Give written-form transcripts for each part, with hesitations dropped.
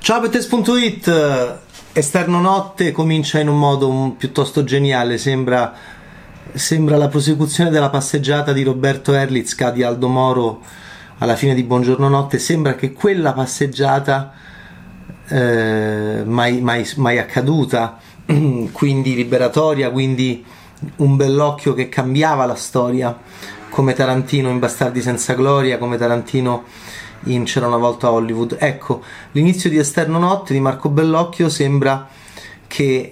Ciao Bettes.it, Esterno Notte comincia in un modo piuttosto geniale, sembra la prosecuzione della passeggiata di Roberto Erlitzka di Aldo Moro alla fine di Buongiorno Notte. Sembra che quella passeggiata mai accaduta, quindi liberatoria, quindi un bellocchio che cambiava la storia, come Tarantino in Bastardi senza gloria, come Tarantino in C'era una volta a Hollywood. Ecco, l'inizio di Esterno Notte di Marco Bellocchio sembra che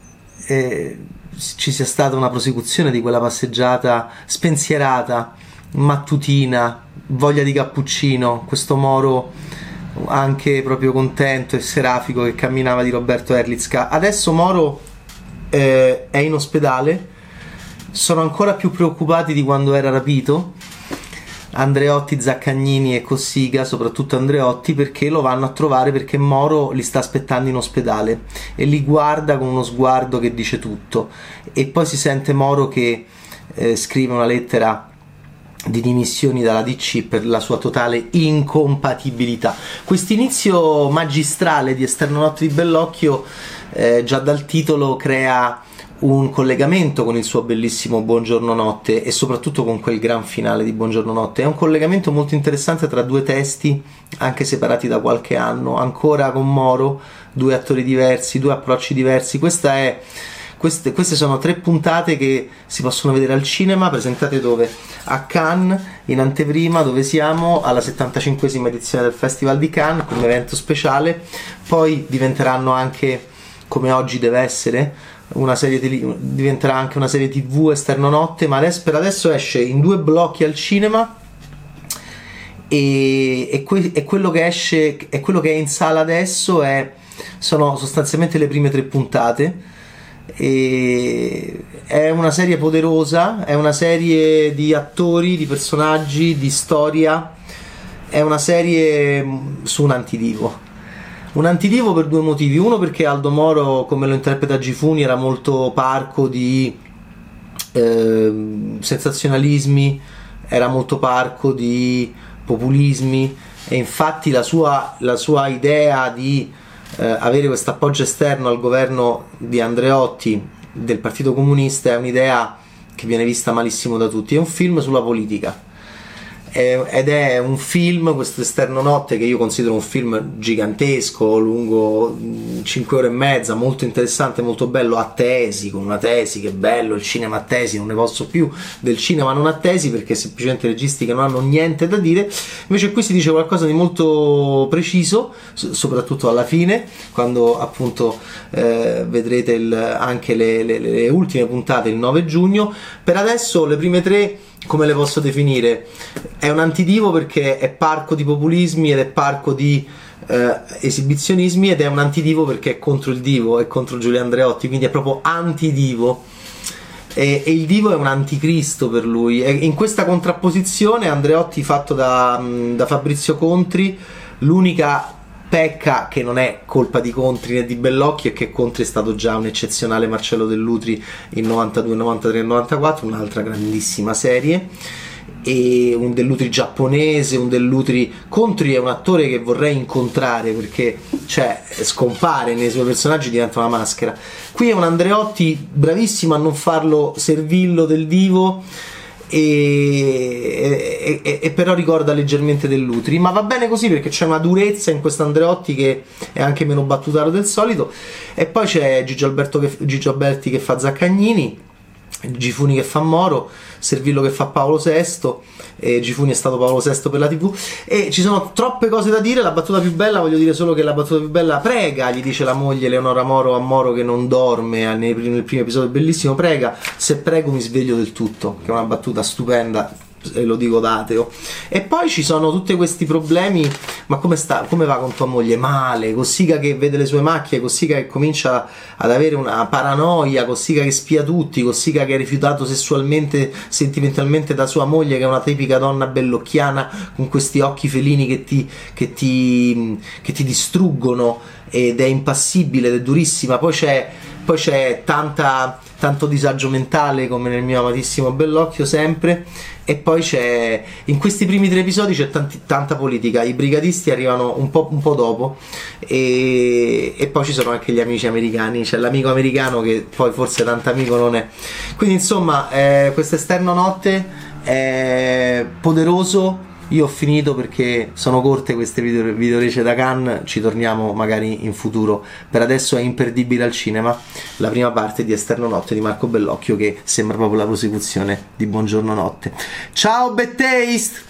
ci sia stata una prosecuzione di quella passeggiata spensierata, mattutina, voglia di cappuccino, questo Moro anche proprio contento e serafico che camminava di Roberto Erlitzka. Adesso Moro è in ospedale, sono ancora più preoccupati di quando era rapito Andreotti, Zaccagnini e Cossiga, soprattutto Andreotti, perché lo vanno a trovare, perché Moro li sta aspettando in ospedale e li guarda con uno sguardo che dice tutto. E poi si sente Moro che scrive una lettera di dimissioni dalla DC per la sua totale incompatibilità. Quest'inizio magistrale di Esterno Notte di Bellocchio già dal titolo crea un collegamento con il suo bellissimo Buongiorno Notte e soprattutto con quel gran finale di Buongiorno Notte. È un collegamento molto interessante tra due testi, anche separati da qualche anno, ancora con Moro, due attori diversi, due approcci diversi. Queste sono 3 puntate che si possono vedere al cinema, presentate dove? A Cannes, in anteprima, dove siamo alla 75esima edizione del Festival di Cannes, come evento speciale. Poi diventeranno anche, come oggi deve essere, diventerà anche una serie TV Esterno Notte, ma per adesso esce in 2 blocchi al cinema e quello che esce, e quello che è in sala adesso sono sostanzialmente le prime 3 puntate. E è una serie poderosa, è una serie di attori, di personaggi, di storia, è una serie su un antidivo. Un antidivo per 2 motivi: uno, perché Aldo Moro, come lo interpreta Gifuni, era molto parco di sensazionalismi, era molto parco di populismi, e infatti la sua idea di avere questo appoggio esterno al governo di Andreotti del Partito Comunista è un'idea che viene vista malissimo da tutti. È un film sulla politica, ed è un film, questo Esterno Notte, che io considero un film gigantesco, lungo 5 ore e mezza, molto interessante, molto bello, a tesi, con una tesi, che bello il cinema a tesi, non ne posso più del cinema non a tesi, perché semplicemente registi che non hanno niente da dire. Invece qui si dice qualcosa di molto preciso, soprattutto alla fine, quando appunto vedrete anche le ultime puntate il 9 giugno. Per adesso le prime 3, come le posso definire? È un antidivo perché è parco di populismi ed è parco di esibizionismi, ed è un antidivo perché è contro il divo, è contro Giulio Andreotti, quindi è proprio antidivo, e il divo è un anticristo per lui. E in questa contrapposizione Andreotti fatto da Fabrizio Contri, l'unica pecca, che non è colpa di Contri né di Bellocchio, è che Contri è stato già un eccezionale Marcello Dell'Utri in 92, 93 e 94, un'altra grandissima serie, e un Dell'Utri giapponese, un Dell'Utri. Contri è un attore che vorrei incontrare, perché scompare nei suoi personaggi, diventa una maschera. Qui è un Andreotti bravissimo a non farlo servillo del divo, e però ricorda leggermente Dell'Utri, ma va bene così, perché c'è una durezza in questo Andreotti che è anche meno battutaro del solito. E poi c'è Gigio Alberti che fa Zaccagnini, Gifuni che fa Moro, Servillo che fa Paolo VI, e Gifuni è stato Paolo VI per la TV, e ci sono troppe cose da dire. La battuta più bella, voglio dire solo che la battuta più bella: prega, gli dice la moglie Leonora Moro a Moro, che non dorme nel primo episodio, bellissimo, prega, se prego mi sveglio del tutto, che è una battuta stupenda, e lo dico da ateo. E poi ci sono tutti questi problemi: ma come va con tua moglie? Male. Cossiga che vede le sue macchie, Cossiga che comincia ad avere una paranoia, Cossiga che spia tutti, Cossiga che è rifiutato sessualmente, sentimentalmente da sua moglie, che è una tipica donna bellocchiana con questi occhi felini che ti distruggono, ed è impassibile ed è durissima. Poi c'è poi c'è tanto disagio mentale come nel mio amatissimo Bellocchio sempre, e poi c'è, in questi primi 3 episodi c'è tanta politica. I brigatisti arrivano un po' dopo, e poi ci sono anche gli amici americani, c'è l'amico americano che poi forse tanto amico non è. Quindi insomma questo Esterno Notte è poderoso. Io ho finito perché sono corte queste videorecce da Cannes, ci torniamo magari in futuro. Per adesso è imperdibile al cinema la prima parte di Esterno Notte di Marco Bellocchio, che sembra proprio la prosecuzione di Buongiorno Notte. Ciao Bad Taste!